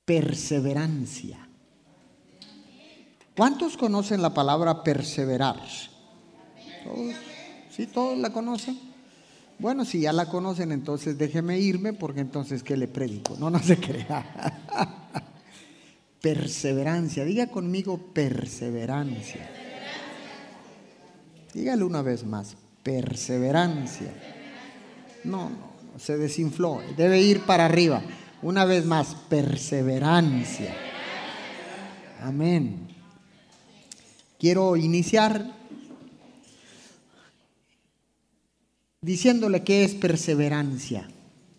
perseverancia. ¿Cuántos conocen la palabra perseverar? ¿Todos? ¿Sí? ¿Todos la conocen? Bueno, si ya la conocen, entonces déjeme irme, porque entonces ¿qué le predico? No se crea. Perseverancia, diga conmigo perseverancia. Dígalo una vez más, perseverancia. No, se desinfló, debe ir para arriba. Una vez más, perseverancia. Amén. Quiero iniciar diciéndole qué es perseverancia.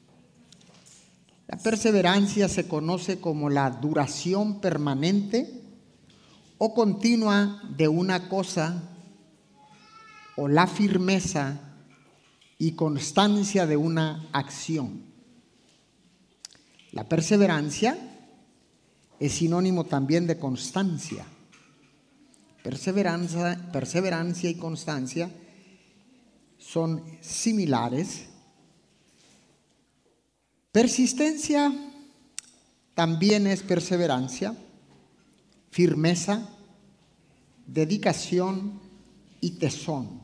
La perseverancia se conoce como la duración permanente o continua de una cosa, o la firmeza y constancia de una acción. La perseverancia es sinónimo también de constancia. Perseverancia y constancia son similares. Persistencia también es perseverancia, firmeza, dedicación y tesón.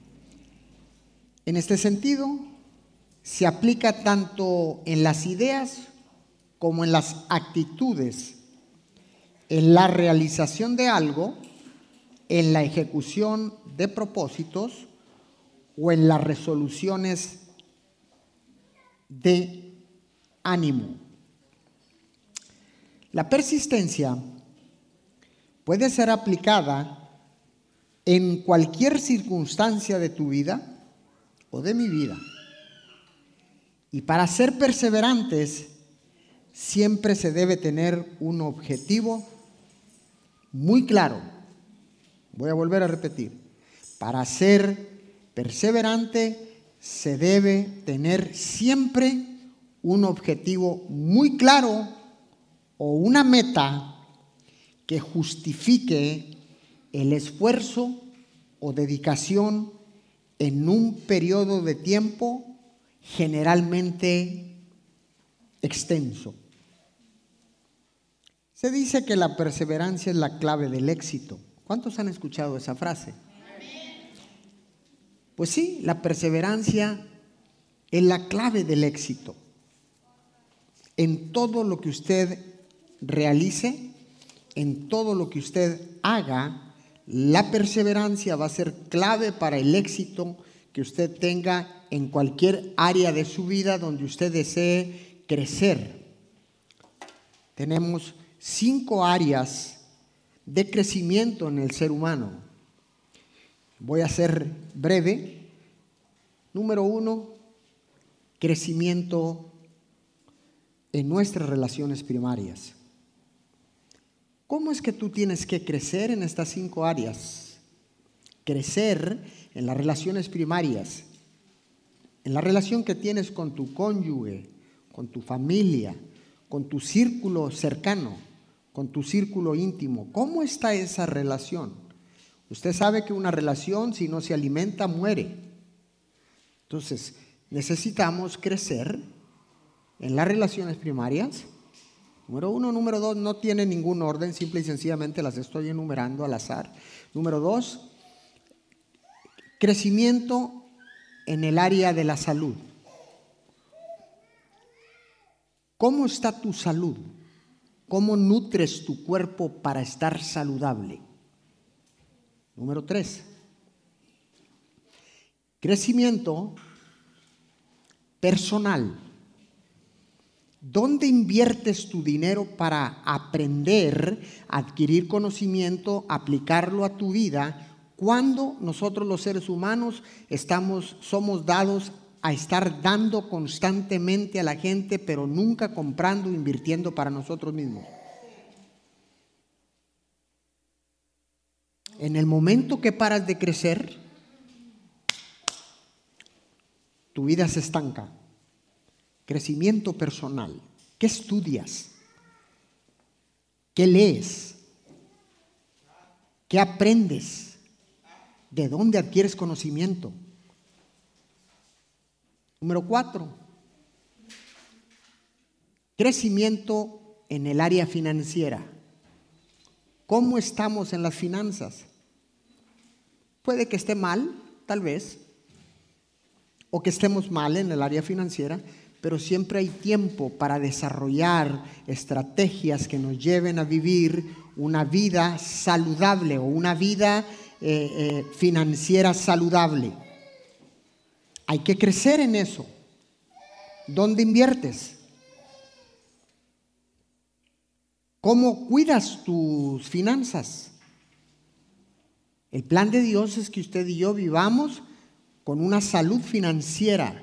En este sentido, se aplica tanto en las ideas como en las actitudes, en la realización de algo, en la ejecución de propósitos o en las resoluciones de ánimo. La persistencia puede ser aplicada en cualquier circunstancia de tu vida o de mi vida. Y para ser perseverantes, siempre se debe tener un objetivo muy claro. Voy a volver a repetir. Para ser perseverante, se debe tener siempre un objetivo muy claro o una meta que justifique el esfuerzo o dedicación en un periodo de tiempo generalmente extenso. Se dice que la perseverancia es la clave del éxito. ¿Cuántos han escuchado esa frase? Pues sí, la perseverancia es la clave del éxito. En todo lo que usted realice, en todo lo que usted haga, la perseverancia va a ser clave para el éxito que usted tenga en cualquier área de su vida donde usted desee crecer. Tenemos 5 áreas de crecimiento en el ser humano. Voy a ser breve. Número 1, crecimiento en nuestras relaciones primarias. ¿Cómo es que tú tienes que crecer en estas 5 áreas? Crecer en las relaciones primarias, en la relación que tienes con tu cónyuge, con tu familia, con tu círculo cercano, con tu círculo íntimo. ¿Cómo está esa relación? Usted sabe que una relación, si no se alimenta, muere. Entonces, necesitamos crecer en las relaciones primarias. Número 1, número 2, no tiene ningún orden, simple y sencillamente las estoy enumerando al azar. Número 2, crecimiento en el área de la salud. ¿Cómo está tu salud? ¿Cómo nutres tu cuerpo para estar saludable? Número 3, crecimiento personal. ¿Dónde inviertes tu dinero para aprender, adquirir conocimiento, aplicarlo a tu vida? Cuando nosotros los seres humanos somos dados a estar dando constantemente a la gente, pero nunca comprando, invirtiendo para nosotros mismos. En el momento que paras de crecer, tu vida se estanca. Crecimiento personal. ¿Qué estudias? ¿Qué lees? ¿Qué aprendes? ¿De dónde adquieres conocimiento? Número 4, crecimiento en el área financiera. ¿Cómo estamos en las finanzas? Puede que esté mal, tal vez, o que estemos mal en el área financiera, pero siempre hay tiempo para desarrollar estrategias que nos lleven a vivir una vida saludable o una vida financiera saludable. Hay que crecer en eso. ¿Dónde inviertes? ¿Cómo cuidas tus finanzas? El plan de Dios es que usted y yo vivamos con una salud financiera.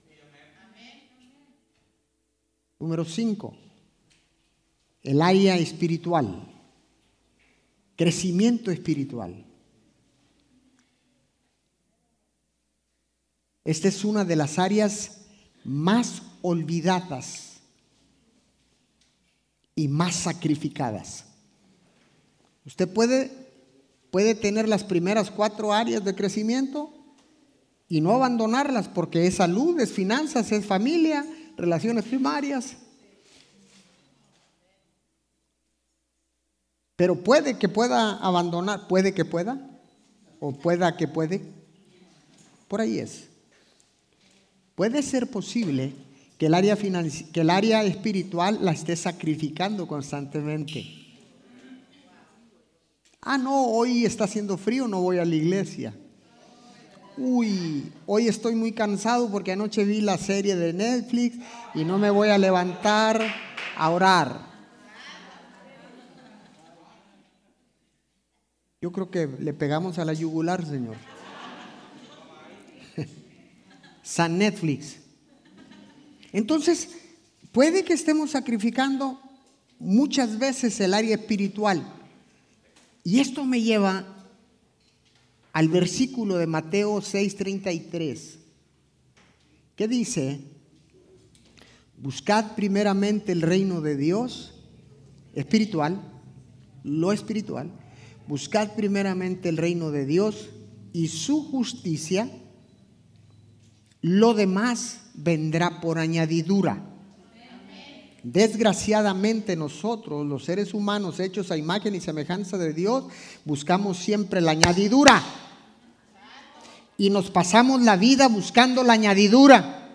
Número 5, el área espiritual, crecimiento espiritual. Esta es una de las áreas más olvidadas y más sacrificadas. Usted puede tener las primeras 4 áreas de crecimiento y no abandonarlas, porque es salud, es finanzas, es familia, relaciones primarias. Pero puede que pueda abandonar, puede que pueda, o pueda que puede. Por ahí es. Puede ser posible que el área espiritual la esté sacrificando constantemente. No, hoy está haciendo frío, no voy a la iglesia. Hoy estoy muy cansado porque anoche vi la serie de Netflix y no me voy a levantar a orar. Yo creo que le pegamos a la yugular, Señor. San Netflix. Entonces, puede que estemos sacrificando muchas veces el área espiritual. Y esto me lleva al versículo de Mateo 6:33, que dice: buscad primeramente el reino de Dios espiritual, lo espiritual, buscad primeramente el reino de Dios y su justicia, lo demás vendrá por añadidura. Desgraciadamente nosotros, los seres humanos hechos a imagen y semejanza de Dios, buscamos siempre la añadidura. Y nos pasamos la vida buscando la añadidura.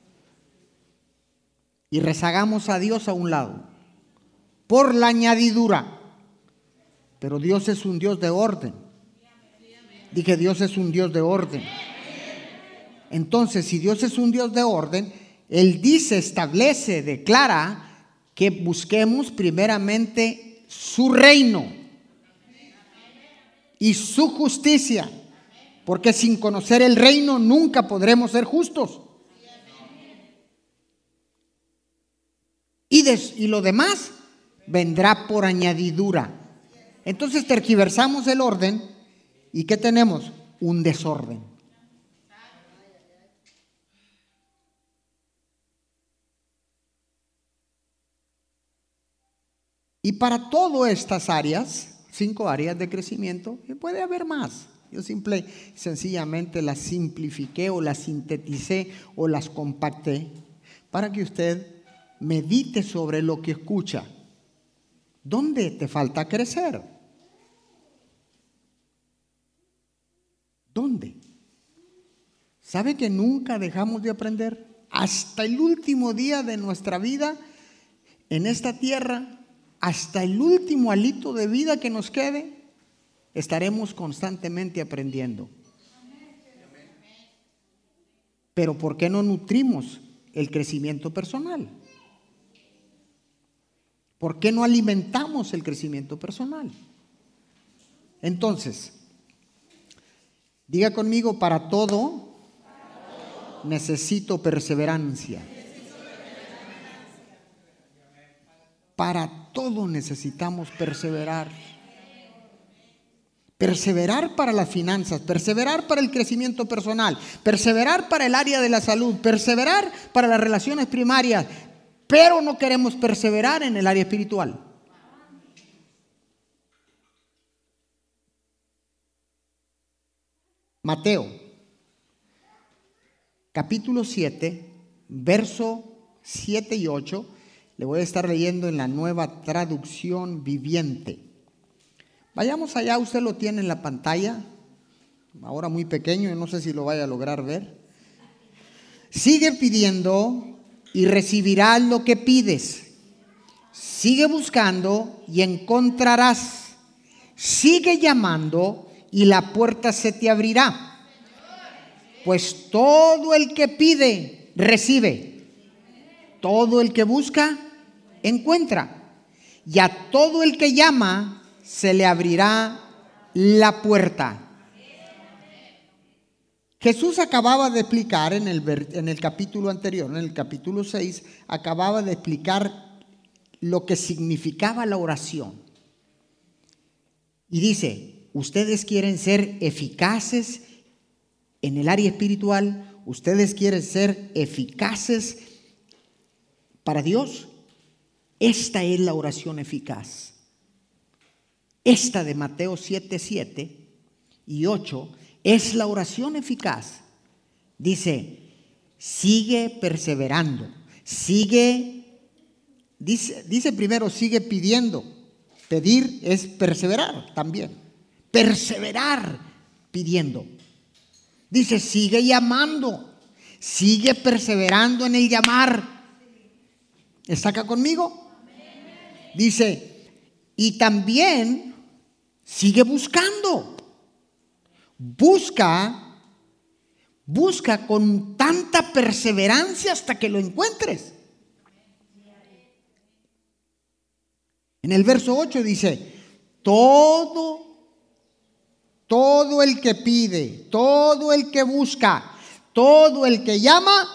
Y rezagamos a Dios a un lado por la añadidura. Pero Dios es un Dios de orden. Dije, Dios es un Dios de orden. Entonces, si Dios es un Dios de orden, Él dice, establece, declara que busquemos primeramente su reino y su justicia, porque sin conocer el reino nunca podremos ser justos. Y lo demás vendrá por añadidura. Entonces tergiversamos el orden y ¿qué tenemos? Un desorden. Y para todas estas áreas, 5 áreas de crecimiento, puede haber más. Yo sencillamente las simplifiqué o las sinteticé o las compacté para que usted medite sobre lo que escucha. ¿Dónde te falta crecer? ¿Dónde? ¿Sabe que nunca dejamos de aprender? Hasta el último día de nuestra vida en esta tierra, hasta el último alito de vida que nos quede, estaremos constantemente aprendiendo. Pero ¿por qué no nutrimos el crecimiento personal? ¿Por qué no alimentamos el crecimiento personal? Entonces, diga conmigo, para todo necesito perseverancia. Para todo necesitamos perseverar. Perseverar para las finanzas, perseverar para el crecimiento personal, perseverar para el área de la salud, perseverar para las relaciones primarias, pero no queremos perseverar en el área espiritual. Mateo, capítulo 7, verso 7 y 8, Le voy a estar leyendo en la Nueva Traducción Viviente. Vayamos allá, usted lo tiene en la pantalla, ahora muy pequeño, no sé si lo vaya a lograr ver. Sigue pidiendo y recibirás lo que pides. Sigue buscando y encontrarás. Sigue llamando y la puerta se te abrirá. Pues todo el que pide, recibe. Todo el que busca, encuentra. Y a todo el que llama, se le abrirá la puerta. Jesús acababa de explicar en el capítulo anterior, en el capítulo 6, acababa de explicar lo que significaba la oración. Y dice, ustedes quieren ser eficaces en el área espiritual, ustedes quieren ser eficaces para Dios. Esta es la oración eficaz. Esta de Mateo 7, 7 y 8 es la oración eficaz. Dice, sigue perseverando, dice primero, sigue pidiendo. Pedir es perseverar también. Perseverar pidiendo. Dice, sigue llamando, sigue perseverando en el llamar. ¿Está acá conmigo? Dice, y también sigue buscando. Busca con tanta perseverancia hasta que lo encuentres. En el verso 8 dice, todo el que pide, todo el que busca, todo el que llama,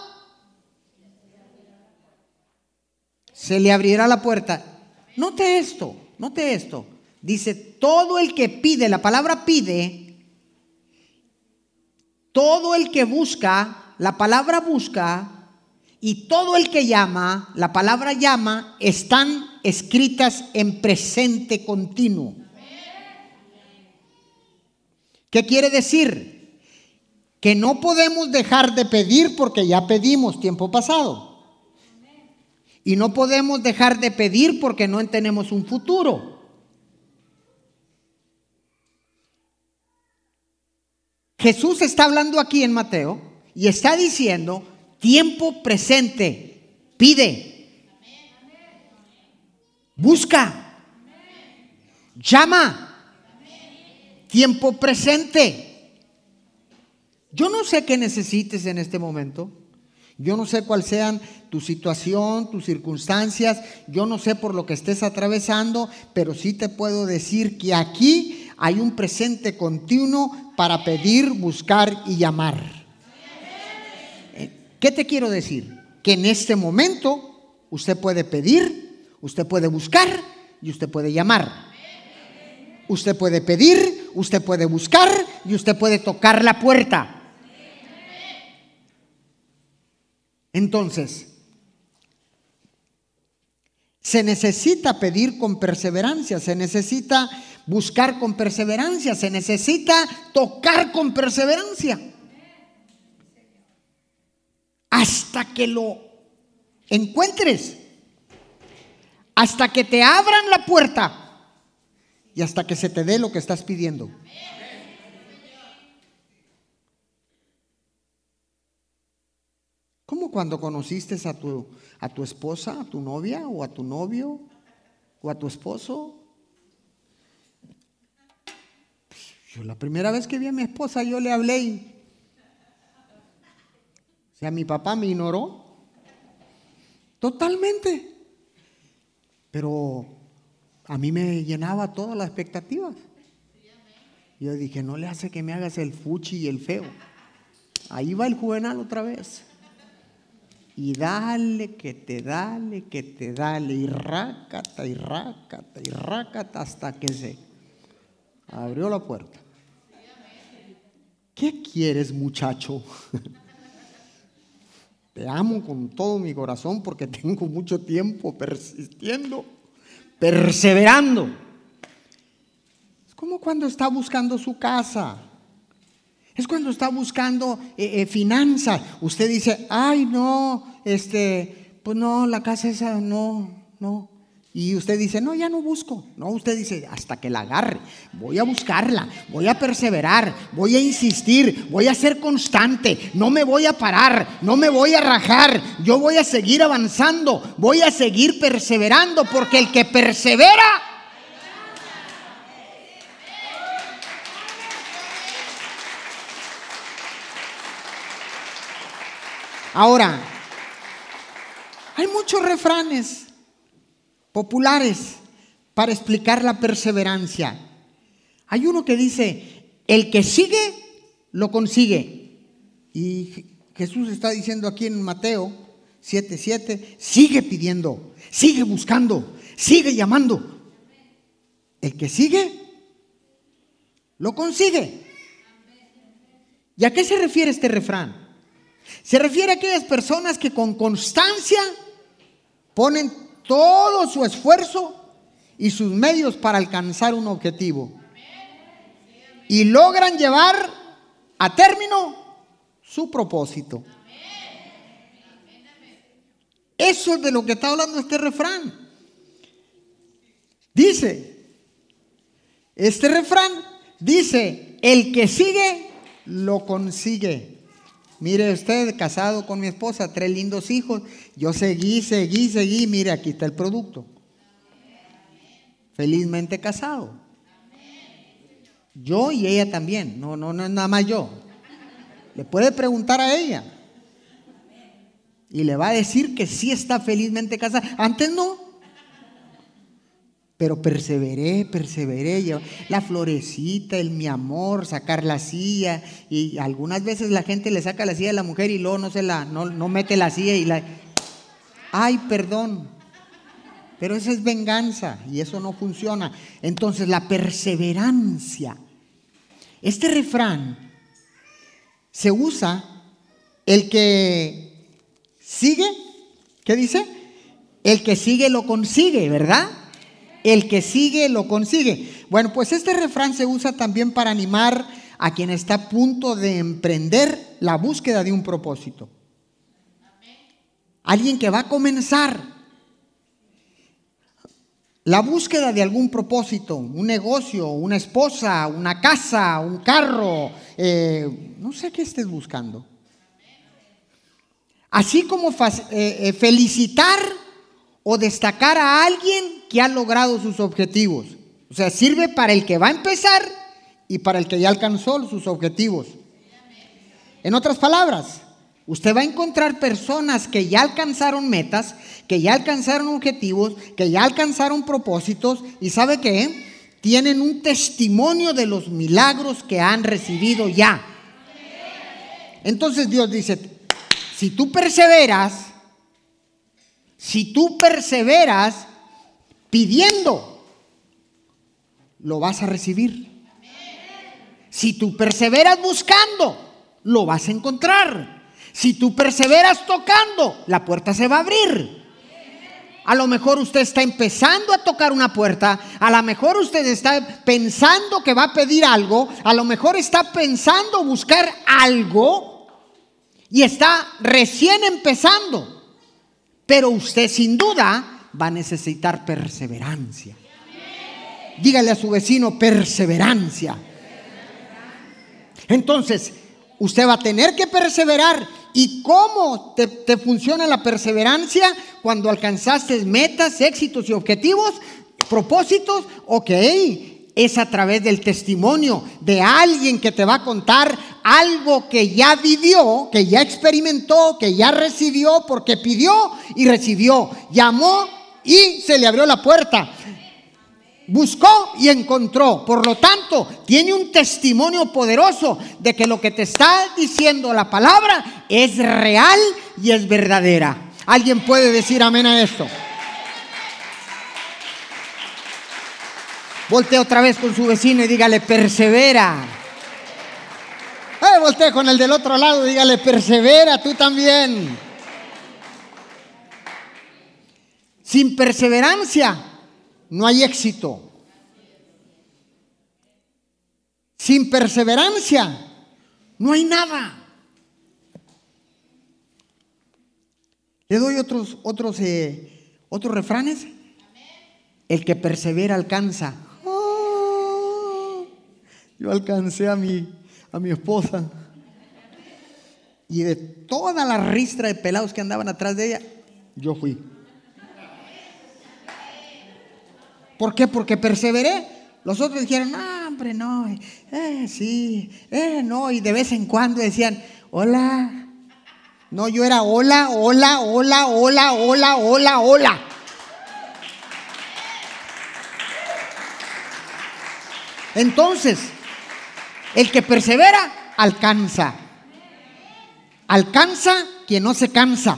se le abrirá la puerta. Note esto. Dice, todo el que pide, la palabra pide, todo el que busca, la palabra busca, y todo el que llama, la palabra llama, están escritas en presente continuo. ¿Qué quiere decir? Que no podemos dejar de pedir porque ya pedimos tiempo pasado. Y no podemos dejar de pedir porque no tenemos un futuro. Jesús está hablando aquí en Mateo y está diciendo, tiempo presente, pide, busca, llama, tiempo presente. Yo no sé qué necesites en este momento. Yo no sé cuál sean tu situación, tus circunstancias. Yo no sé por lo que estés atravesando, pero sí te puedo decir que aquí hay un presente continuo para pedir, buscar y llamar. ¿Qué te quiero decir? Que en este momento usted puede pedir, usted puede buscar y usted puede llamar. Usted puede pedir, usted puede buscar y usted puede tocar la puerta. Entonces, se necesita pedir con perseverancia, se necesita buscar con perseverancia, se necesita tocar con perseverancia. Hasta que lo encuentres, hasta que te abran la puerta y hasta que se te dé lo que estás pidiendo. ¿Cómo cuando conociste a tu esposa, a tu novia o a tu novio o a tu esposo? Yo la primera vez que vi a mi esposa yo le hablé y, o sea, mi papá me ignoró totalmente, pero a mí me llenaba todas las expectativas. Yo dije, no le hace que me hagas el fuchi y el feo. Ahí va el Juvenal otra vez. Y dale, que te dale, y rácata, hasta que se abrió la puerta. ¿Qué quieres, muchacho? Te amo con todo mi corazón porque tengo mucho tiempo persistiendo, perseverando. Es como cuando está buscando su casa. Es cuando está buscando finanzas. Usted dice, ay no, pues no, la casa esa no. Y usted dice, no, ya no busco. No, usted dice, hasta que la agarre. Voy a buscarla, voy a perseverar, voy a insistir, voy a ser constante. No me voy a parar, no me voy a rajar. Yo voy a seguir avanzando, voy a seguir perseverando, porque el que persevera. Ahora, hay muchos refranes populares para explicar la perseverancia. Hay uno que dice, el que sigue, lo consigue. Y Jesús está diciendo aquí en Mateo 7:7, sigue pidiendo, sigue buscando, sigue llamando. El que sigue, lo consigue. ¿Y a qué se refiere este refrán? Se refiere a aquellas personas que con constancia ponen todo su esfuerzo y sus medios para alcanzar un objetivo y logran llevar a término su propósito. Eso es de lo que está hablando este refrán. Este refrán dice, el que sigue, lo consigue. Mire usted, casado con mi esposa, 3 lindos hijos. Yo seguí. Mire, aquí está el producto. Felizmente casado. Yo y ella también. No es nada más yo. Le puede preguntar a ella. Y le va a decir que sí está felizmente casada. Antes no. Pero perseveré, la florecita, el mi amor, sacar la silla. Y algunas veces la gente le saca la silla a la mujer y luego no mete la silla y la... Ay, perdón. Pero esa es venganza y eso no funciona. Entonces la perseverancia. Este refrán se usa, el que sigue, ¿qué dice? El que sigue lo consigue, ¿verdad? El que sigue lo consigue. Bueno, pues este refrán se usa también para animar a quien está a punto de emprender la búsqueda de un propósito. Alguien que va a comenzar la búsqueda de algún propósito, un negocio, una esposa, una casa, un carro, no sé qué estés buscando. Así como felicitar o destacar a alguien que ha logrado sus objetivos. O sea, sirve para el que va a empezar y para el que ya alcanzó sus objetivos. En otras palabras, usted va a encontrar personas que ya alcanzaron metas, que ya alcanzaron objetivos, que ya alcanzaron propósitos y ¿sabe qué? Tienen un testimonio de los milagros que han recibido ya. Entonces Dios dice, si tú perseveras pidiendo, lo vas a recibir. Si tú perseveras buscando, lo vas a encontrar. Si tú perseveras tocando, la puerta se va a abrir. A lo mejor usted está empezando a tocar una puerta, a lo mejor usted está pensando que va a pedir algo, a lo mejor está pensando buscar algo y está recién empezando. Pero usted sin duda va a necesitar perseverancia. Dígale a su vecino, perseverancia. Entonces, usted va a tener que perseverar. ¿Y cómo te funciona la perseverancia? Cuando alcanzaste metas, éxitos y objetivos, propósitos, ok, es a través del testimonio de alguien que te va a contar algo que ya vivió, que ya experimentó, que ya recibió, porque pidió y recibió, llamó y se le abrió la puerta, buscó y encontró. Por lo tanto, tiene un testimonio poderoso de que lo que te está diciendo la palabra es real y es verdadera. ¿Alguien puede decir amén a esto? Voltee otra vez con su vecino y dígale, persevera. Voltee con el del otro lado y dígale, persevera tú también. Sin perseverancia no hay éxito. Sin perseverancia no hay nada. Le doy otros refranes. El que persevera alcanza. Oh, yo alcancé a mi esposa. Y de toda la ristra de pelados que andaban atrás de ella, yo fui. ¿Por qué? Porque perseveré. Los otros dijeron, no, hombre, no, sí, no. Y de vez en cuando decían, hola. No, yo era hola, hola, hola, hola, hola, hola, hola. Entonces, el que persevera, alcanza. Alcanza quien no se cansa.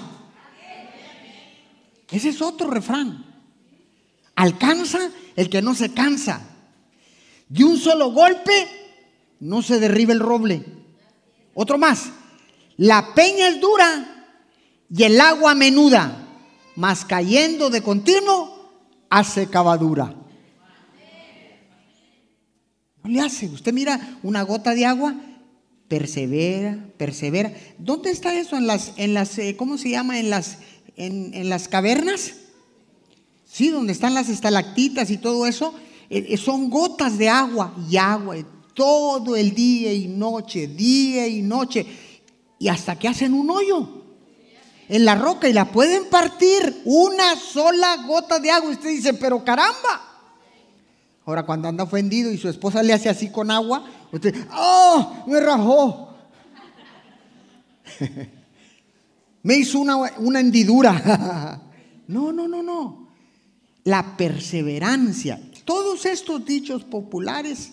Ese es otro refrán. Alcanza el que no se cansa. De un solo golpe no se derriba el roble. Otro más. La peña es dura y el agua menuda, mas cayendo de continuo hace cavadura. No le hace. Usted mira una gota de agua, persevera, persevera. ¿Dónde está eso? En las ¿cómo se llama? En las cavernas. Sí, donde están las estalactitas y todo eso. Son gotas de agua y agua todo el día y noche, y hasta que hacen un hoyo en la roca y la pueden partir. Una sola gota de agua. Usted dice, pero caramba. Ahora, cuando anda ofendido y su esposa le hace así con agua, usted, ¡oh! Me rajó. Me hizo una hendidura. No. La perseverancia. Todos estos dichos populares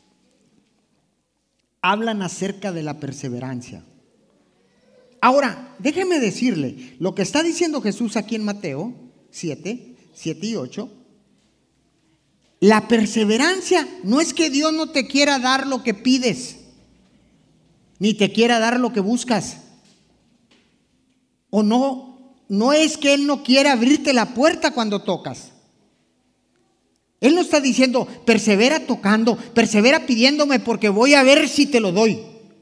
hablan acerca de la perseverancia. Ahora, déjeme decirle, lo que está diciendo Jesús aquí en Mateo 7 y 8, la perseverancia no es que Dios no te quiera dar lo que pides, ni te quiera dar lo que buscas, o no es que Él no quiera abrirte la puerta cuando tocas. Él no está diciendo, persevera tocando, persevera pidiéndome porque voy a ver si te lo doy.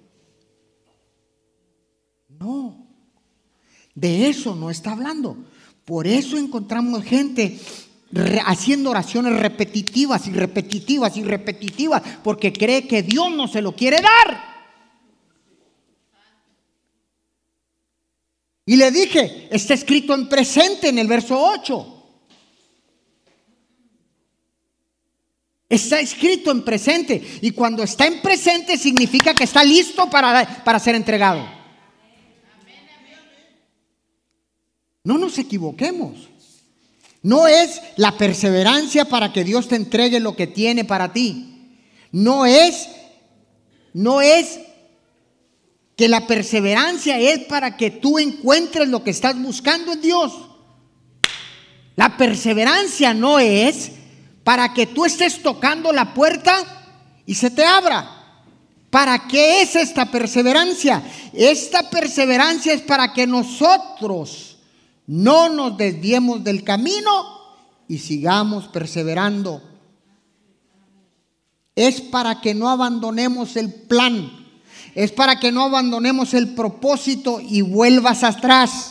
No, de eso no está hablando. Por eso encontramos gente haciendo oraciones repetitivas, porque cree que Dios no se lo quiere dar. Y le dije, está escrito en presente en el verso 8. Está escrito en presente. Y cuando está en presente significa que está listo para ser entregado. No nos equivoquemos. No es la perseverancia para que Dios te entregue lo que tiene para ti. No es que la perseverancia es para que tú encuentres lo que estás buscando en Dios. La perseverancia no es para que tú estés tocando la puerta y se te abra. ¿Para qué es esta perseverancia? Esta perseverancia es para que nosotros no nos desviemos del camino y sigamos perseverando. Es para que no abandonemos el plan. Es para que no abandonemos el propósito y vuelvas atrás.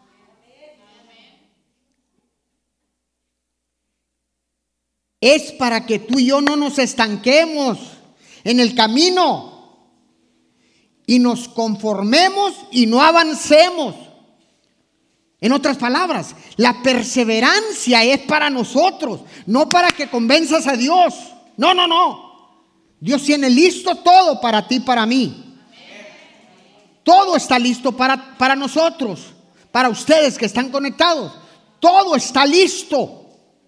Es para que tú y yo no nos estanquemos en el camino y nos conformemos y no avancemos. En otras palabras, la perseverancia es para nosotros, no para que convenzas a Dios. No. Dios tiene listo todo para ti, para mí. Todo está listo para nosotros, para ustedes que están conectados. Todo está listo.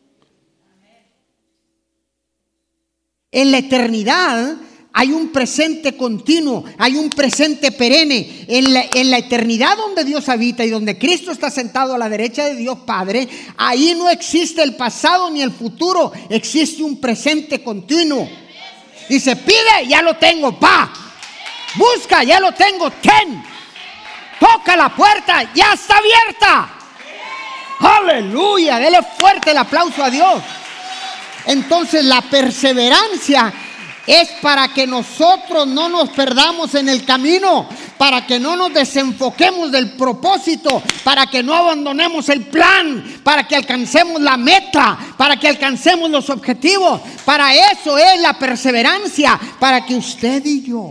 En la eternidad hay un presente continuo, hay un presente perenne. En la eternidad donde Dios habita y donde Cristo está sentado a la derecha de Dios Padre, ahí no existe el pasado ni el futuro, existe un presente continuo. Dice, pide, ya lo tengo, busca, ya lo tengo, ten. Toca la puerta, ya está abierta. Aleluya, dele fuerte el aplauso a Dios. Entonces la perseverancia es para que nosotros no nos perdamos en el camino, para que no nos desenfoquemos del propósito, para que no abandonemos el plan, para que alcancemos la meta, para que alcancemos los objetivos. Para eso es la perseverancia, para que usted y yo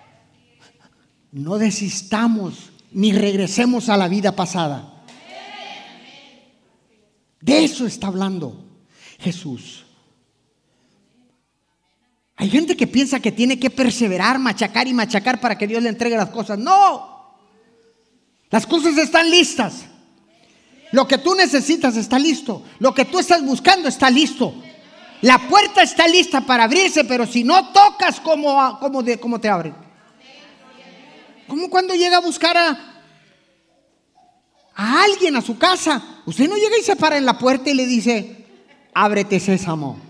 no desistamos ni regresemos a la vida pasada. De eso está hablando Jesús. Hay gente que piensa que tiene que perseverar, machacar y machacar para que Dios le entregue las cosas. No, las cosas están listas. Lo que tú necesitas está listo. Lo que tú estás buscando está listo. La puerta está lista para abrirse, pero si no tocas, ¿cómo te abren? Como cuando llega a buscar a alguien a su casa. Usted no llega y se para en la puerta y le dice: ábrete, sésamo.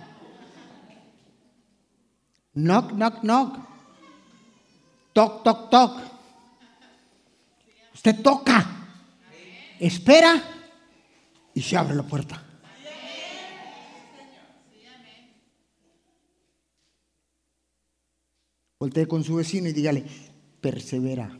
Knock, knock, knock. Toc, toc, toc. Usted toca, espera y se abre la puerta. Voltee con su vecino y dígale: persevera.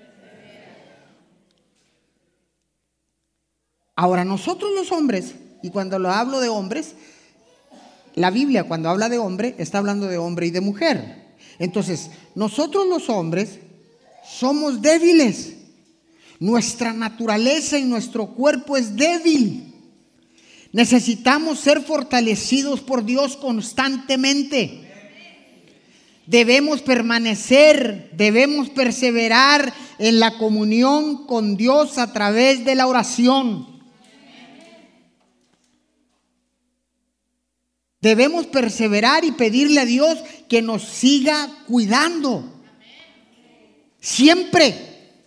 Ahora, nosotros los hombres, y cuando lo hablo de hombres, la Biblia cuando habla de hombre está hablando de hombre y de mujer. Entonces, nosotros los hombres somos débiles. Nuestra naturaleza y nuestro cuerpo es débil. Necesitamos ser fortalecidos por Dios constantemente. Debemos permanecer, debemos perseverar en la comunión con Dios a través de la oración. Debemos perseverar y pedirle a Dios que nos siga cuidando. Siempre.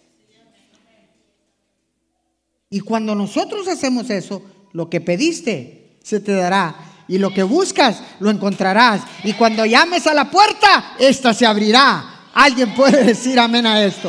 Y cuando nosotros hacemos eso, lo que pediste se te dará. Y lo que buscas, lo encontrarás. Y cuando llames a la puerta, esta se abrirá. ¿Alguien puede decir amén a esto?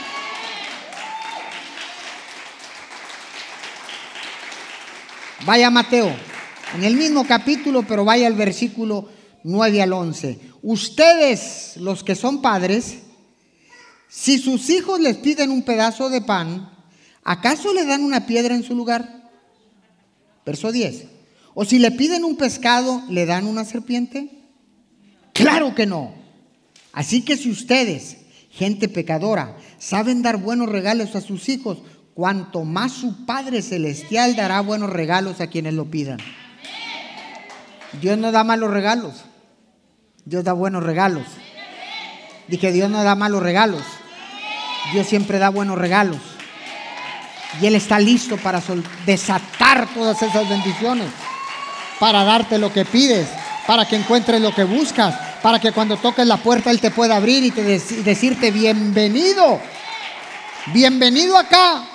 Vaya a Mateo, en el mismo capítulo, pero vaya al versículo 9 al 11. Ustedes, los que son padres, si sus hijos les piden un pedazo de pan, ¿acaso le dan una piedra en su lugar? Verso 10. ¿O si le piden un pescado, le dan una serpiente? Claro que no. Así que si ustedes, gente pecadora, saben dar buenos regalos a sus hijos, cuanto más su Padre Celestial dará buenos regalos a quienes lo pidan. Dios no da malos regalos. Dios da buenos regalos. Dije, Dios no da malos regalos. Dios siempre da buenos regalos. Y Él está listo para desatar todas esas bendiciones, para darte lo que pides, para que encuentres lo que buscas, para que cuando toques la puerta Él te pueda abrir y decirte: bienvenido, bienvenido acá.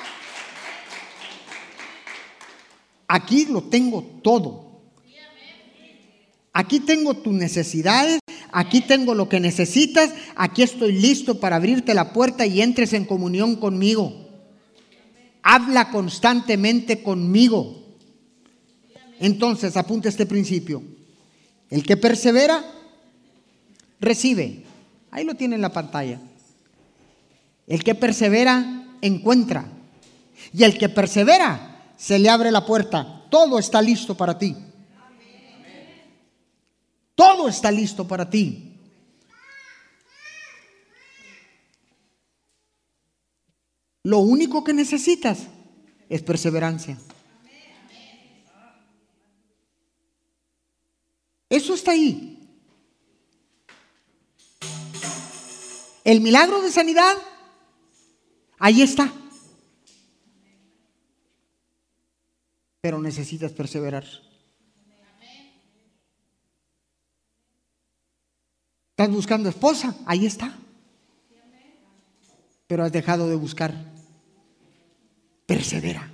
Aquí lo tengo todo. Aquí tengo tus necesidades, aquí tengo lo que necesitas, aquí estoy listo para abrirte la puerta y entres en comunión conmigo. Habla constantemente conmigo. Entonces, apunta este principio: el que persevera, recibe. Ahí lo tiene en la pantalla. El que persevera, encuentra. Y el que persevera, se le abre la puerta. Todo está listo para ti. Todo está listo para ti. Lo único que necesitas es perseverancia. Eso está ahí. El milagro de sanidad, ahí está. Pero necesitas perseverar. ¿Estás buscando esposa? Ahí está. Pero has dejado de buscar. Persevera.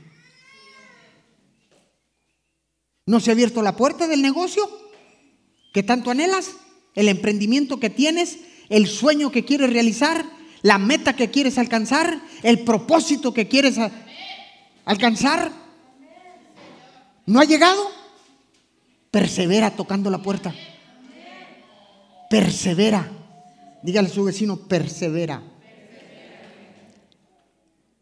¿No se ha abierto la puerta del negocio que tanto anhelas? ¿El emprendimiento que tienes? ¿El sueño que quieres realizar? ¿La meta que quieres alcanzar? ¿El propósito que quieres alcanzar? ¿No ha llegado? Persevera tocando la puerta. Persevera. Dígale a su vecino: persevera.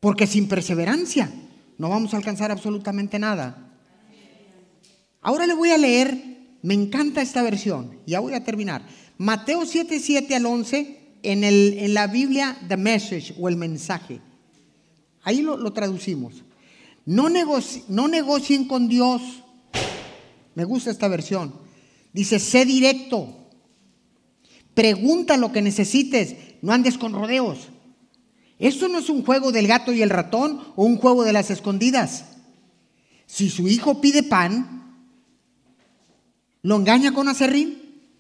Porque sin perseverancia no vamos a alcanzar absolutamente nada. Ahora le voy a leer, me encanta esta versión, ya voy a terminar. Mateo 7, 7 al 11 en la Biblia, The Message o el mensaje. Ahí lo traducimos. No negocien con Dios. Me gusta esta versión. Dice, sé directo. Pregunta lo que necesites. No andes con rodeos. Esto no es un juego del gato y el ratón o un juego de las escondidas. Si su hijo pide pan, ¿lo engaña con aserrín?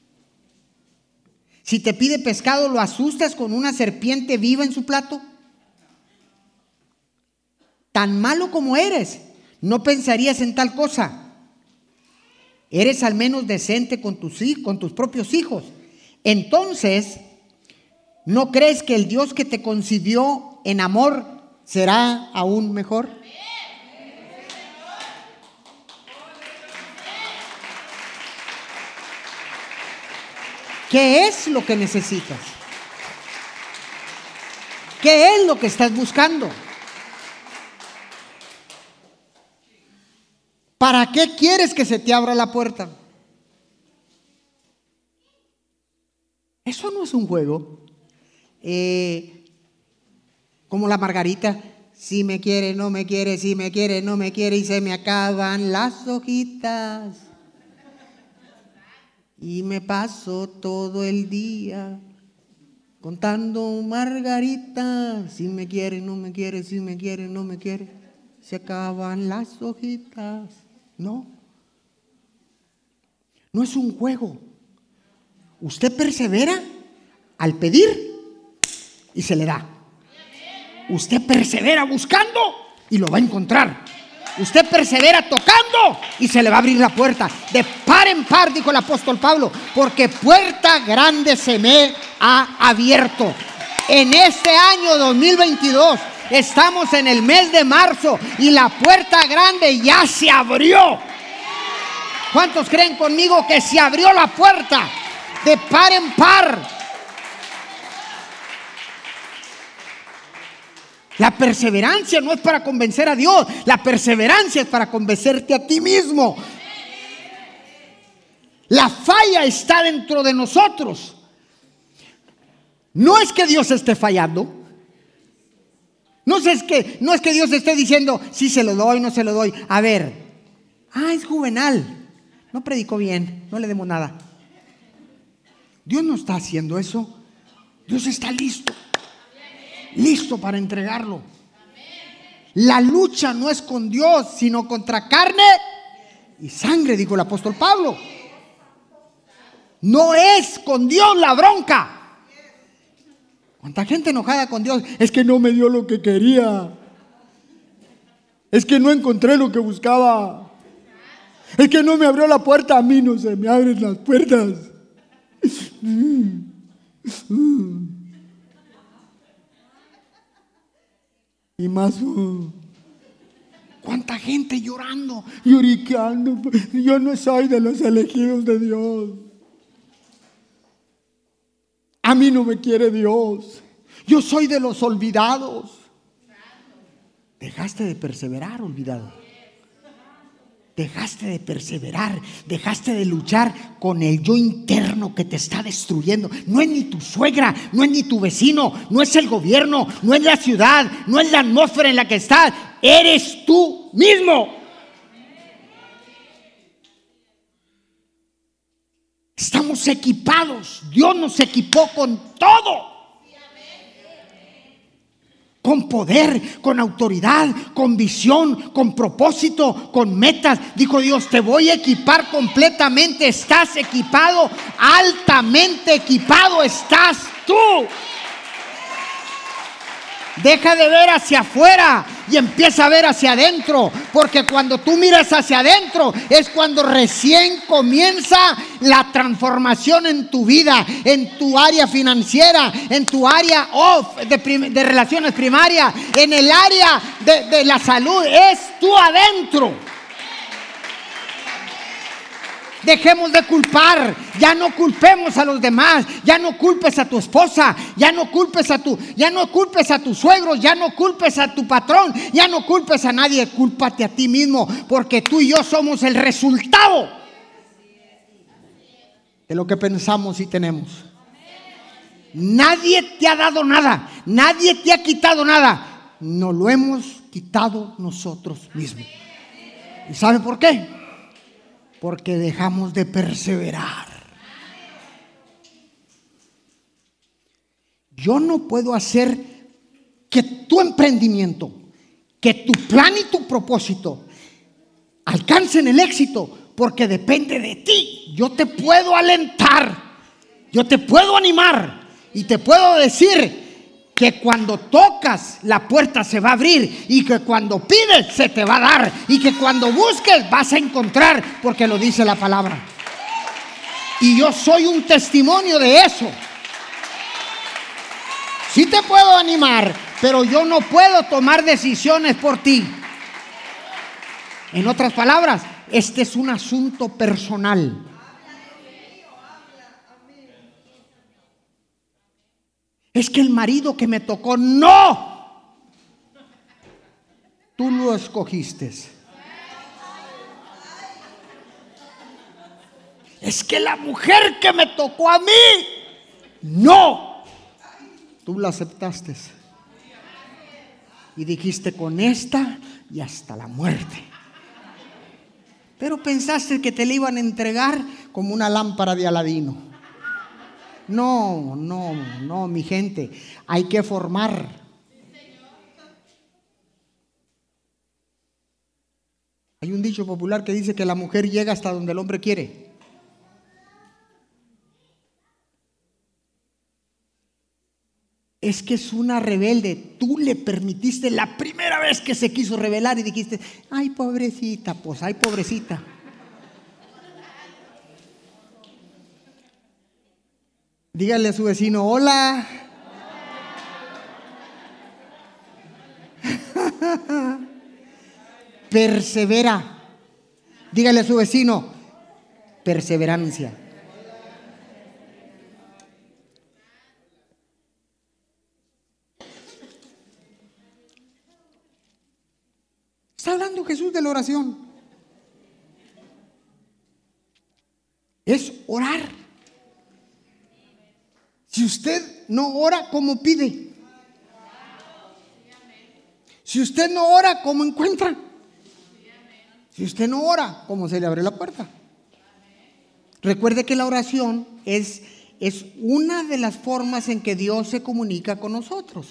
Si te pide pescado, ¿lo asustas con una serpiente viva en su plato? Tan malo como eres, no pensarías en tal cosa. Eres al menos decente con tus propios hijos. Entonces, ¿no crees que el Dios que te concibió en amor será aún mejor? ¿Qué es lo que necesitas? ¿Qué es lo que estás buscando? ¿Para qué quieres que se te abra la puerta? Eso no es un juego. Como la margarita, si me quiere, no me quiere, si me quiere, no me quiere, y se me acaban las hojitas. Y me paso todo el día contando margaritas. Si me quiere, no me quiere, si me quiere, no me quiere. Se acaban las hojitas. No. No es un juego. Usted persevera al pedir y se le da. Usted persevera buscando y lo va a encontrar. Usted persevera tocando y se le va a abrir la puerta. De par en par, dijo el apóstol Pablo, porque puerta grande se me ha abierto. En este año 2022 estamos en el mes de marzo y la puerta grande ya se abrió. ¿Cuántos creen conmigo que se abrió la puerta? De par en par. La perseverancia no es para convencer a Dios, la perseverancia es para convencerte a ti mismo. La falla está dentro de nosotros. No es que Dios esté fallando. No es que Dios esté diciendo, sí se lo doy, no se lo doy. A ver, es Juvenal, no predicó bien, no le demos nada. Dios no está haciendo eso. Dios está listo para entregarlo. La lucha no es con Dios, sino contra carne y sangre, dijo el apóstol Pablo. No es con Dios la bronca. ¿Cuánta gente enojada con Dios? Es que no me dio lo que quería. Es que no encontré lo que buscaba. Es que no me abrió la puerta. A mí no se me abren las puertas. Y más, ¿cuánta gente llorando, lloriqueando? Yo no soy de los elegidos de Dios. A mí no me quiere Dios. Yo soy de los olvidados. Dejaste de perseverar, olvidado. Dejaste de perseverar, dejaste de luchar con el yo interno que te está destruyendo. No es ni tu suegra, no es ni tu vecino, no es el gobierno, no es la ciudad, no es la atmósfera en la que estás. Eres tú mismo. Estamos equipados. Dios nos equipó con todo. Con poder, con autoridad, con visión, con propósito, con metas. Dijo Dios, te voy a equipar completamente. Estás equipado, altamente equipado estás tú. Deja de ver hacia afuera y empieza a ver hacia adentro, porque cuando tú miras hacia adentro es cuando recién comienza la transformación en tu vida, en tu área financiera, en tu área de relaciones primarias, en el área de la salud. Es tú adentro. Dejemos de culpar. Ya no culpemos a los demás. Ya no culpes a tu esposa. Ya no culpes a tus suegros. Ya no culpes a tu patrón. Ya no culpes a nadie. Cúlpate a ti mismo, porque tú y yo somos el resultado de lo que pensamos y tenemos. Nadie te ha dado nada. Nadie te ha quitado nada. Nos lo hemos quitado nosotros mismos. ¿Y sabe por qué? Porque dejamos de perseverar. Yo no puedo hacer que tu emprendimiento, que tu plan y tu propósito alcancen el éxito, porque depende de ti. Yo te puedo alentar, yo te puedo animar y te puedo decir que cuando tocas la puerta se va a abrir, y que cuando pides se te va a dar, y que cuando busques vas a encontrar, porque lo dice la palabra. Y yo soy un testimonio de eso. Sí te puedo animar, pero yo no puedo tomar decisiones por ti. En otras palabras, este es un asunto personal. Es que el marido que me tocó, no. Tú lo escogiste. Es que la mujer que me tocó a mí, no. Tú la aceptaste. Y dijiste, con esta y hasta la muerte. Pero pensaste que te la iban a entregar como una lámpara de Aladino. No, mi gente, hay que formar. Hay un dicho popular que dice que la mujer llega hasta donde el hombre quiere. Es que es una rebelde. Tú le permitiste la primera vez que se quiso rebelar y dijiste, ay, pobrecita, pues, ay, pobrecita. Dígale a su vecino, hola. Persevera. Dígale a su vecino, perseverancia. Está hablando Jesús de la oración. Es orar. Si usted no ora, ¿cómo pide? Si usted no ora, ¿cómo encuentra? Si usted no ora, ¿cómo se le abre la puerta? Recuerde que la oración es una de las formas en que Dios se comunica con nosotros.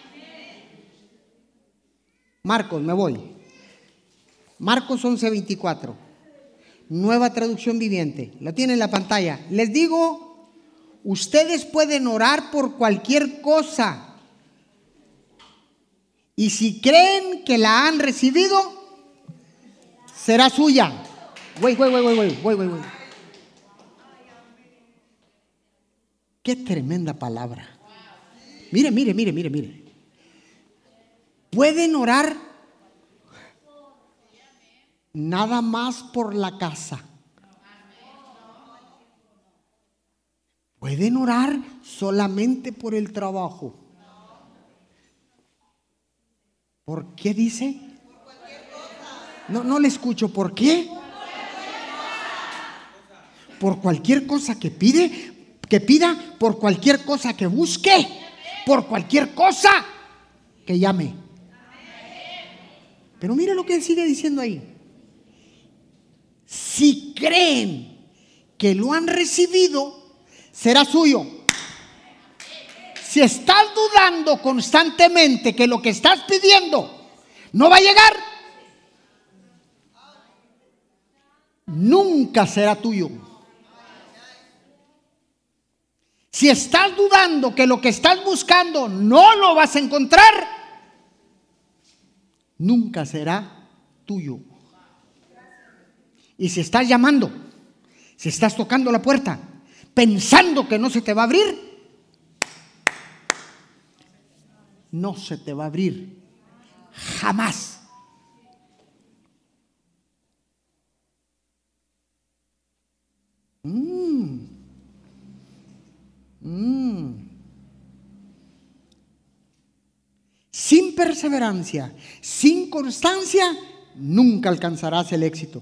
Marcos, me voy. Marcos 11:24. Nueva traducción viviente. Lo tiene en la pantalla. Les digo, ustedes pueden orar por cualquier cosa, y si creen que la han recibido, será suya. Güey. Qué tremenda palabra. Mire. Pueden orar nada más por la casa. Pueden orar solamente por el trabajo. ¿Por qué dice? No le escucho. ¿Por qué? Por cualquier cosa que pida, por cualquier cosa que busque, por cualquier cosa que llame. Pero mire lo que sigue diciendo ahí. Si creen que lo han recibido, será suyo. Si estás dudando constantemente que lo que estás pidiendo no va a llegar, nunca será tuyo. Si estás dudando que lo que estás buscando no lo vas a encontrar, nunca será tuyo. Y si estás llamando, si estás tocando la puerta, pensando que no se te va a abrir, no se te va a abrir jamás. Sin perseverancia, sin constancia, nunca alcanzarás el éxito.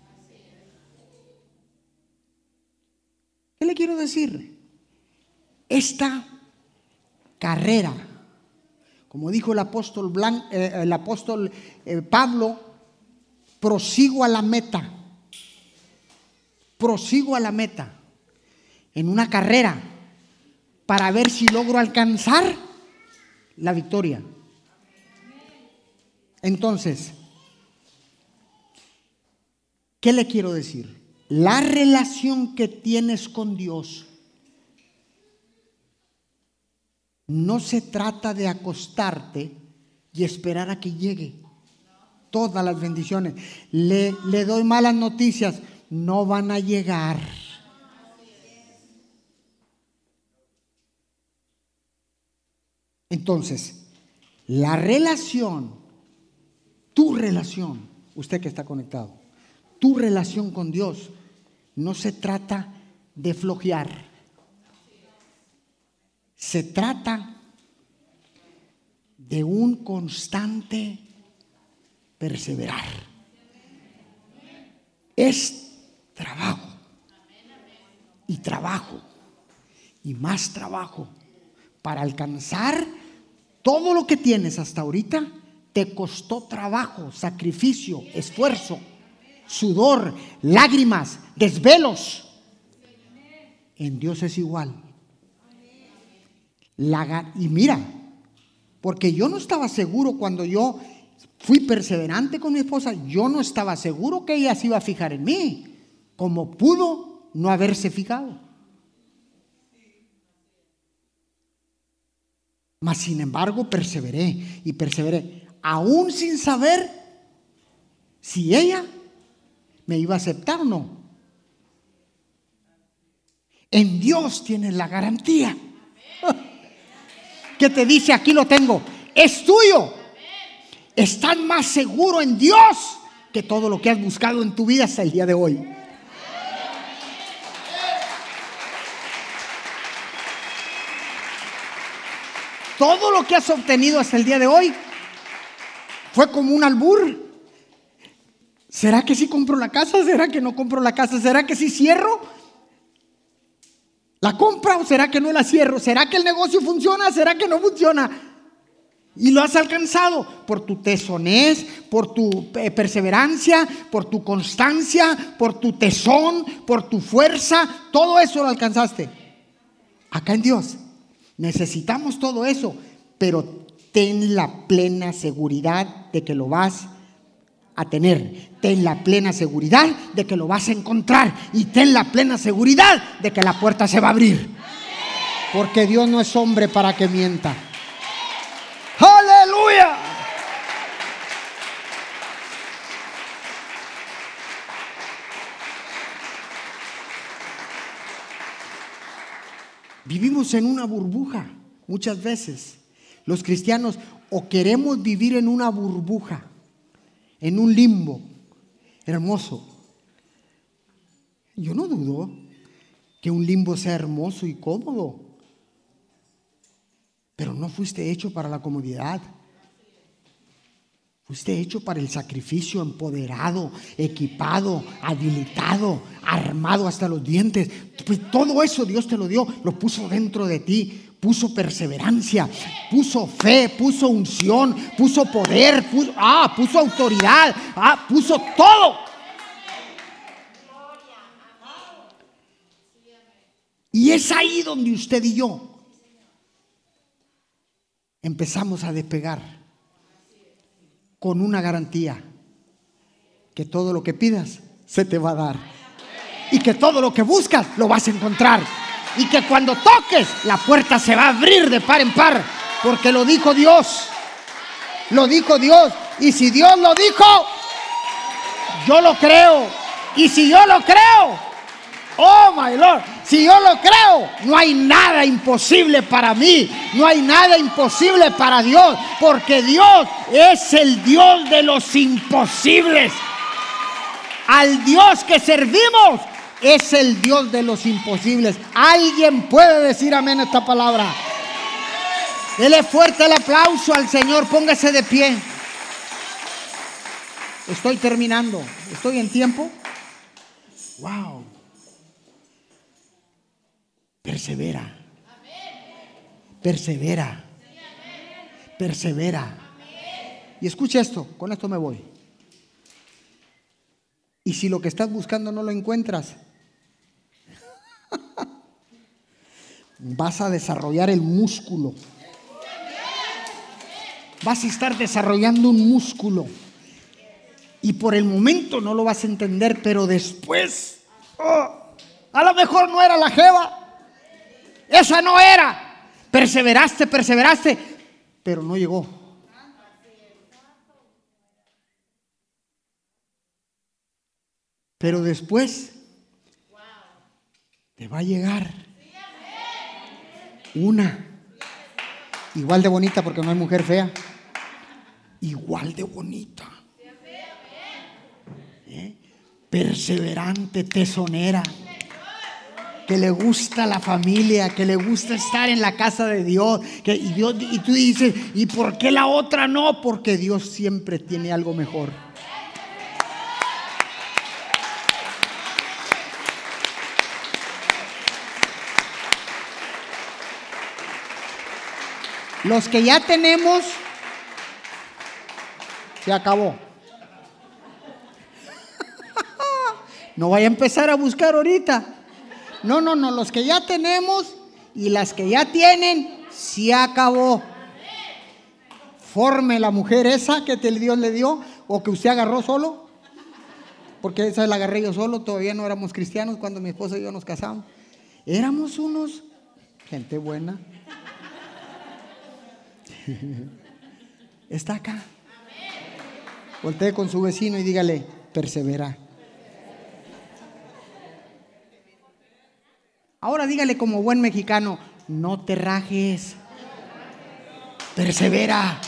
¿Qué le quiero decir? Esta carrera, como dijo el apóstol Pablo, prosigo a la meta. Prosigo a la meta en una carrera para ver si logro alcanzar la victoria. Entonces, ¿qué le quiero decir? La relación que tienes con Dios no se trata de acostarte y esperar a que llegue todas las bendiciones. Le doy malas noticias, no van a llegar. Entonces, la relación, tu relación, usted que está conectado, tu relación con Dios no se trata de flojear. Se trata de un constante perseverar. Es trabajo y trabajo y más trabajo para alcanzar todo lo que tienes hasta ahorita. Te costó trabajo, sacrificio, esfuerzo, sudor, lágrimas, desvelos. En Dios es igual. Y mira, porque yo no estaba seguro cuando yo fui perseverante con mi esposa, yo no estaba seguro que ella se iba a fijar en mí, como pudo no haberse fijado. Mas sin embargo perseveré y perseveré, aún sin saber si ella me iba a aceptar o no. En Dios tienes la garantía que te dice: aquí lo tengo, es tuyo. Estás más seguro en Dios que todo lo que has buscado en tu vida hasta el día de hoy. Todo lo que has obtenido hasta el día de hoy fue como un albur. ¿Será que sí compro la casa? ¿Será que no compro la casa? ¿Será que sí cierro la compra o será que no la cierro? ¿Será que el negocio funciona? ¿Será que no funciona? Y lo has alcanzado por tu tesonez, por tu perseverancia, por tu constancia, por tu tesón, por tu fuerza. Todo eso lo alcanzaste. Acá en Dios necesitamos todo eso, pero ten la plena seguridad de que lo vas a tener. Ten la plena seguridad de que lo vas a encontrar. Y ten la plena seguridad de que la puerta se va a abrir. Porque Dios no es hombre para que mienta. ¡Aleluya! Vivimos en una burbuja muchas veces. Los cristianos o queremos vivir en una burbuja, en un limbo hermoso. Yo no dudo que un limbo sea hermoso y cómodo, pero no fuiste hecho para la comodidad. Fuiste hecho para el sacrificio, empoderado, equipado, habilitado, armado hasta los dientes. Pues todo eso Dios te lo dio, lo puso dentro de ti. Puso perseverancia, puso fe, puso unción, puso poder, puso autoridad, puso todo. Y es ahí donde usted y yo empezamos a despegar con una garantía: que todo lo que pidas se te va a dar, y que todo lo que buscas lo vas a encontrar, y que cuando toques la puerta se va a abrir de par en par, porque lo dijo Dios. Lo dijo Dios, y si Dios lo dijo, yo lo creo. Y si yo lo creo, oh my Lord, si yo lo creo, no hay nada imposible para mí, no hay nada imposible para Dios, porque Dios es el Dios de los imposibles. Al Dios que servimos, es el Dios de los imposibles. ¿Alguien puede decir amén a esta palabra? Dele fuerte el aplauso al Señor. Póngase de pie. Estoy terminando. ¿Estoy en tiempo? Wow. Persevera. Persevera. Persevera. Y escucha esto, con esto me voy. Y si lo que estás buscando no lo encuentras, vas a desarrollar el músculo. Vas a estar desarrollando un músculo. Y por el momento no lo vas a entender, pero después, a lo mejor no era la jeva. Esa no era. Perseveraste, pero no llegó. Pero después te va a llegar una igual de bonita, porque no hay mujer fea. Igual de bonita. Perseverante, tesonera, que le gusta la familia, que le gusta estar en la casa de Dios, y tú dices, ¿y por qué la otra no? Porque Dios siempre tiene algo mejor. Los que ya tenemos, se acabó. No vaya a empezar a buscar ahorita. No, los que ya tenemos y las que ya tienen, se acabó. Forme la mujer esa que Dios le dio o que usted agarró solo. Porque esa la agarré yo solo, todavía no éramos cristianos cuando mi esposa y yo nos casamos. Éramos unos, gente buena. Está acá. Voltee con su vecino y dígale, persevera. Ahora dígale como buen mexicano, no te rajes. Persevera.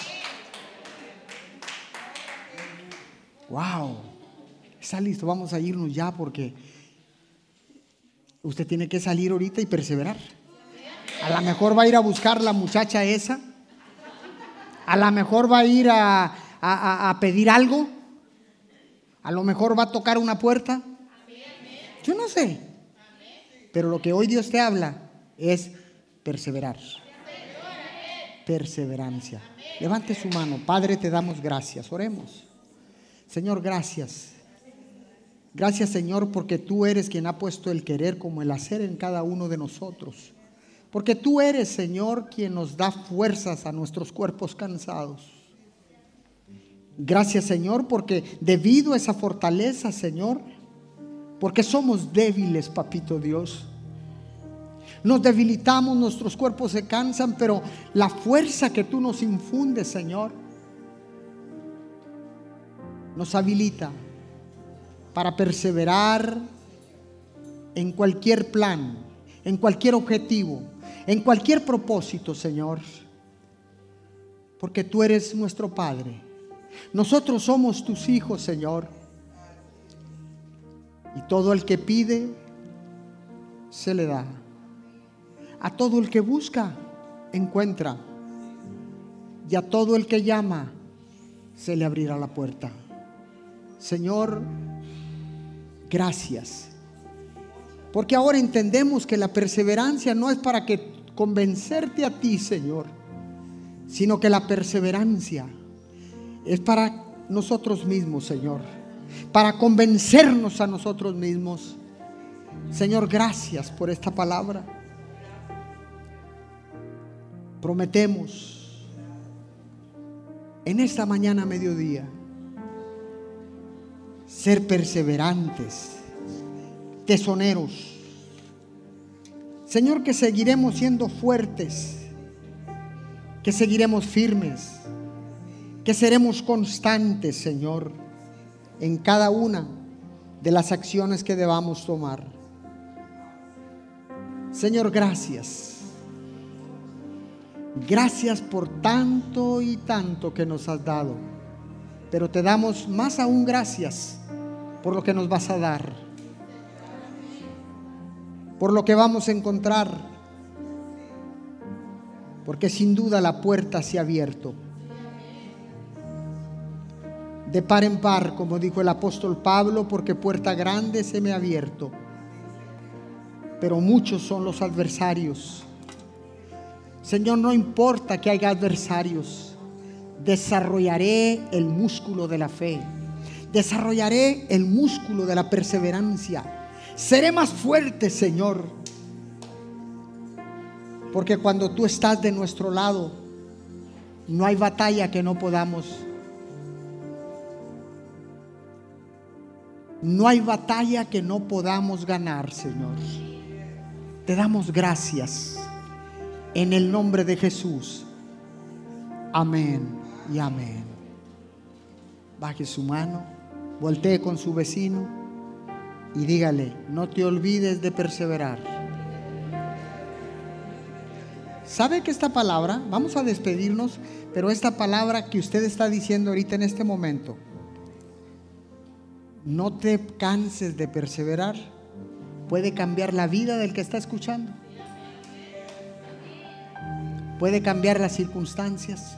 Wow. Está listo, vamos a irnos ya porque usted tiene que salir ahorita y perseverar. A lo mejor va a ir a buscar la muchacha esa. A lo mejor va a ir a pedir algo. A lo mejor va a tocar una puerta. Yo no sé. Pero lo que hoy Dios te habla es perseverar. Perseverancia. Levante su mano. Padre, te damos gracias. Oremos. Señor, gracias. Gracias, Señor, porque tú eres quien ha puesto el querer como el hacer en cada uno de nosotros. Porque tú eres, Señor, quien nos da fuerzas a nuestros cuerpos cansados. Gracias, Señor, porque debido a esa fortaleza, Señor, porque somos débiles, papito Dios, nos debilitamos, nuestros cuerpos se cansan, pero la fuerza que tú nos infundes, Señor, nos habilita para perseverar en cualquier plan, en cualquier objetivo, en cualquier propósito, Señor, porque tú eres nuestro Padre. Nosotros somos tus hijos, Señor, y todo el que pide se le da. A todo el que busca encuentra, y a todo el que llama se le abrirá la puerta. Señor, gracias, porque ahora entendemos que la perseverancia no es para convencerte a ti, Señor, sino que la perseverancia es para nosotros mismos, Señor, para convencernos a nosotros mismos. Señor, gracias por esta palabra. Prometemos en esta mañana mediodía ser perseverantes, tesoneros. Señor, que seguiremos siendo fuertes, que seguiremos firmes, que seremos constantes, Señor, en cada una de las acciones que debamos tomar. Señor, gracias. Gracias por tanto y tanto que nos has dado, pero te damos más aún gracias por lo que nos vas a dar. por lo que vamos a encontrar, porque sin duda la puerta se ha abierto. De par en par, como dijo el apóstol Pablo, porque puerta grande se me ha abierto, pero muchos son los adversarios. Señor, no importa que haya adversarios, desarrollaré el músculo de la fe, desarrollaré el músculo de la perseverancia, seré más fuerte, Señor, porque cuando tú estás de nuestro lado, no hay batalla que no podamos. No hay batalla que no podamos ganar, Señor. Te damos gracias en el nombre de Jesús. Amén y amén. Baje su mano, voltee con su vecino y dígale: no te olvides de perseverar. ¿Sabe que esta palabra, vamos a despedirnos, pero esta palabra que usted está diciendo ahorita en este momento, no te canses de perseverar, puede cambiar la vida del que está escuchando, puede cambiar las circunstancias?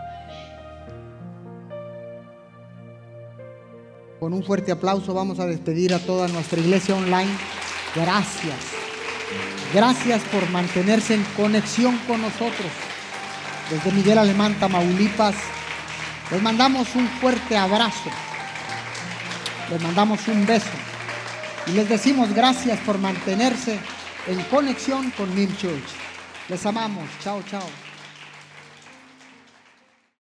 Con un fuerte aplauso vamos a despedir a toda nuestra iglesia online. Gracias. Gracias por mantenerse en conexión con nosotros. Desde Miguel Alemán, Tamaulipas, les mandamos un fuerte abrazo. Les mandamos un beso y les decimos gracias por mantenerse en conexión con Nim Church. Les amamos. Chao, chao.